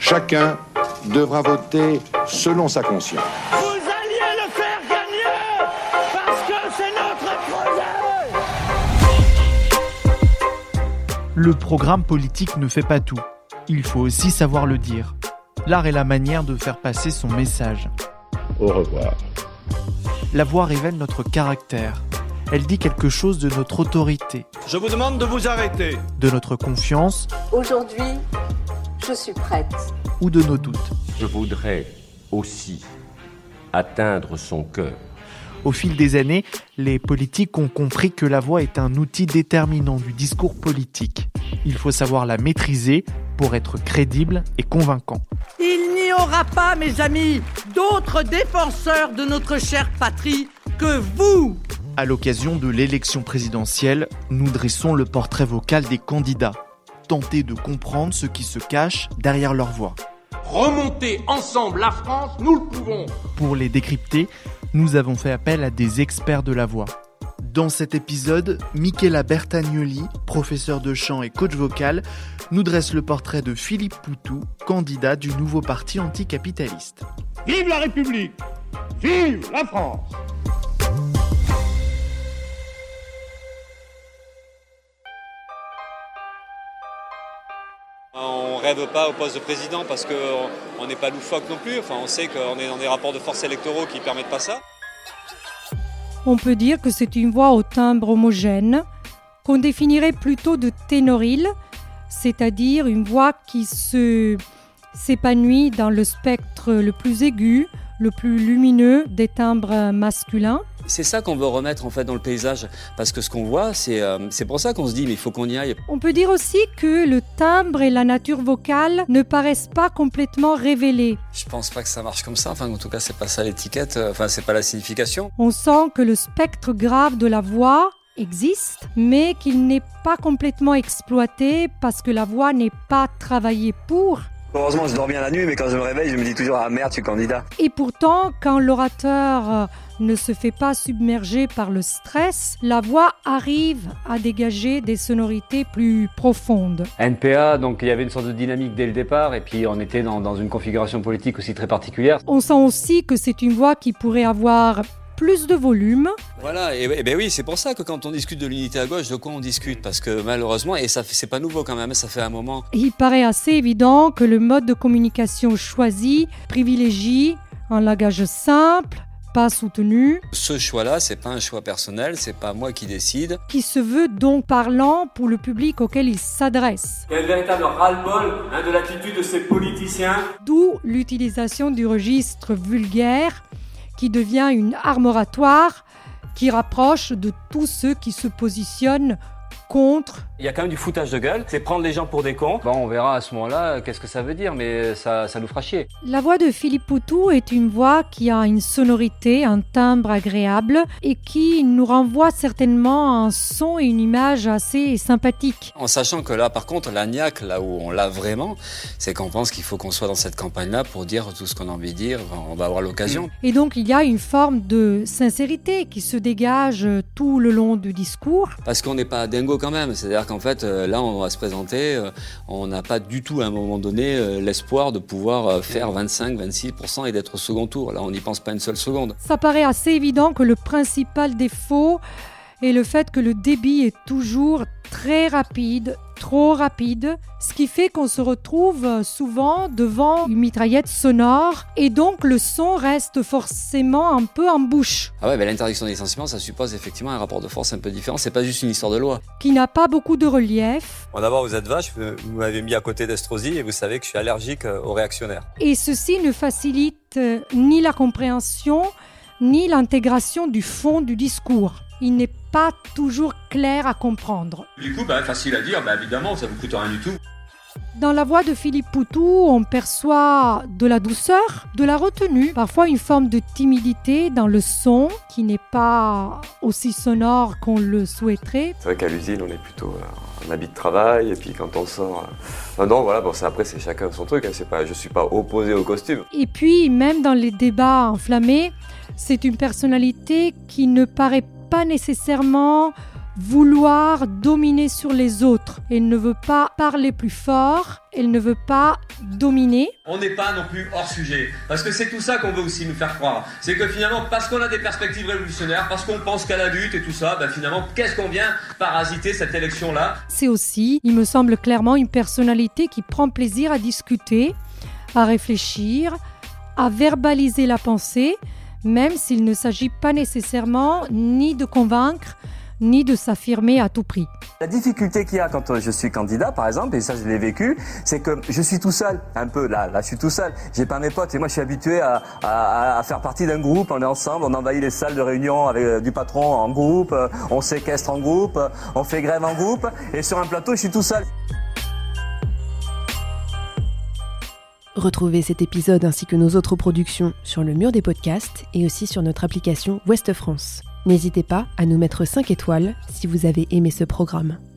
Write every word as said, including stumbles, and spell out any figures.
Chacun devra voter selon sa conscience. Vous alliez le faire gagner parce que c'est notre projet. Le programme politique ne fait pas tout. Il faut aussi savoir le dire. L'art est la manière de faire passer son message. Au revoir. La voix révèle notre caractère. Elle dit quelque chose de notre autorité. Je vous demande de vous arrêter. De notre confiance. Aujourd'hui, je suis prête. Ou de nos doutes. Je voudrais aussi atteindre son cœur. Au fil des années, les politiques ont compris que la voix est un outil déterminant du discours politique. Il faut savoir la maîtriser pour être crédible et convaincant. Il n'y aura pas, mes amis, d'autres défenseurs de notre chère patrie que vous. À l'occasion de l'élection présidentielle, nous dressons le portrait vocal des candidats. Tenter de comprendre ce qui se cache derrière leur voix. Remonter ensemble la France, nous le pouvons. Pour les décrypter, nous avons fait appel à des experts de la voix. Dans cet épisode, Michela Bertagnoli, professeur de chant et coach vocal, nous dresse le portrait de Philippe Poutou, candidat du nouveau parti anticapitaliste. Vive la République! Vive la France! On ne rêve pas au poste de président parce qu'on n'est pas loufoque non plus. Enfin, on sait qu'on est dans des rapports de force électoraux qui ne permettent pas ça. On peut dire que c'est une voix au timbre homogène, qu'on définirait plutôt de ténorile, c'est-à-dire une voix qui se, s'épanouit dans le spectre le plus aigu, le plus lumineux des timbres masculins. C'est ça qu'on veut remettre en fait dans le paysage, parce que ce qu'on voit, c'est, euh, c'est pour ça qu'on se dit mais il faut qu'on y aille. On peut dire aussi que le timbre et la nature vocale ne paraissent pas complètement révélés. Je pense pas que ça marche comme ça, enfin en tout cas c'est pas ça l'étiquette, enfin c'est pas la signification. On sent que le spectre grave de la voix existe, mais qu'il n'est pas complètement exploité parce que la voix n'est pas travaillée pour. Heureusement, je dors bien la nuit, mais quand je me réveille, je me dis toujours « Ah merde, je suis candidat ». Et pourtant, quand l'orateur ne se fait pas submerger par le stress, la voix arrive à dégager des sonorités plus profondes. N P A, donc il y avait une sorte de dynamique dès le départ, et puis on était dans, dans une configuration politique aussi très particulière. On sent aussi que c'est une voix qui pourrait avoir plus de volume. Voilà, et, et ben oui, c'est pour ça que quand on discute de l'unité à gauche, de quoi on discute ? Parce que malheureusement, et ça c'est pas nouveau quand même, ça fait un moment. Il paraît assez évident que le mode de communication choisi privilégie un langage simple, pas soutenu. Ce choix-là, c'est pas un choix personnel, c'est pas moi qui décide. Qui se veut donc parlant pour le public auquel il s'adresse. Il y a un véritable ras-le-bol hein, de l'attitude de ces politiciens. D'où l'utilisation du registre vulgaire qui devient une arme oratoire qui rapproche de tous ceux qui se positionnent contre. Il y a quand même du foutage de gueule, c'est prendre les gens pour des cons. Bon, on verra à ce moment-là qu'est-ce que ça veut dire, mais ça, ça nous fera chier. La voix de Philippe Poutou est une voix qui a une sonorité, un timbre agréable et qui nous renvoie certainement à un son et une image assez sympathique. En sachant que là, par contre, la niaque, là où on l'a vraiment, c'est qu'on pense qu'il faut qu'on soit dans cette campagne-là pour dire tout ce qu'on a envie de dire, on va avoir l'occasion. Et donc, il y a une forme de sincérité qui se dégage tout le long du discours. Parce qu'on n'est pas dingo quand même, c'est-à-dire qu'en fait, là, on va se présenter, on n'a pas du tout à un moment donné l'espoir de pouvoir faire vingt-cinq à vingt-six pour cent et d'être au second tour. Là, on n'y pense pas une seule seconde. Ça paraît assez évident que le principal défaut est le fait que le débit est toujours très rapide, trop rapide, ce qui fait qu'on se retrouve souvent devant une mitraillette sonore et donc le son reste forcément un peu en bouche. Ah ouais, ben l'interdiction des licenciements, ça suppose effectivement un rapport de force un peu différent, c'est pas juste une histoire de loi. Qui n'a pas beaucoup de relief. Bon, d'abord, vous êtes vache, vous m'avez mis à côté d'Estrosi et vous savez que je suis allergique aux réactionnaires. Et ceci ne facilite ni la compréhension, ni l'intégration du fond du discours. Il n'est pas toujours clair à comprendre. Du coup, bah, facile à dire, bah, évidemment, ça ne vous coûte rien du tout. Dans la voix de Philippe Poutou, on perçoit de la douceur, de la retenue, parfois une forme de timidité dans le son qui n'est pas aussi sonore qu'on le souhaiterait. C'est vrai qu'à l'usine, on est plutôt en habit de travail et puis quand on sort... Non, non voilà, bon, ça, après c'est chacun son truc, hein, c'est pas, je ne suis pas opposé au costume. Et puis, même dans les débats enflammés, c'est une personnalité qui ne paraît pas nécessairement vouloir dominer sur les autres. Elle ne veut pas parler plus fort, elle ne veut pas dominer. On n'est pas non plus hors sujet, parce que c'est tout ça qu'on veut aussi nous faire croire. C'est que finalement, parce qu'on a des perspectives révolutionnaires, parce qu'on pense qu'à la lutte et tout ça, ben finalement, qu'est-ce qu'on vient parasiter cette élection-là ? C'est aussi, il me semble clairement, une personnalité qui prend plaisir à discuter, à réfléchir, à verbaliser la pensée, même s'il ne s'agit pas nécessairement ni de convaincre, ni de s'affirmer à tout prix. La difficulté qu'il y a quand je suis candidat, par exemple, et ça je l'ai vécu, c'est que je suis tout seul, un peu, là, là je suis tout seul, j'ai pas mes potes, et moi je suis habitué à, à, à faire partie d'un groupe, on est ensemble, on envahit les salles de réunion avec euh, du patron en groupe, euh, on séquestre en groupe, euh, on fait grève en groupe, et sur un plateau je suis tout seul. Retrouvez cet épisode ainsi que nos autres productions sur le mur des podcasts et aussi sur notre application Ouest France. N'hésitez pas à nous mettre cinq étoiles si vous avez aimé ce programme.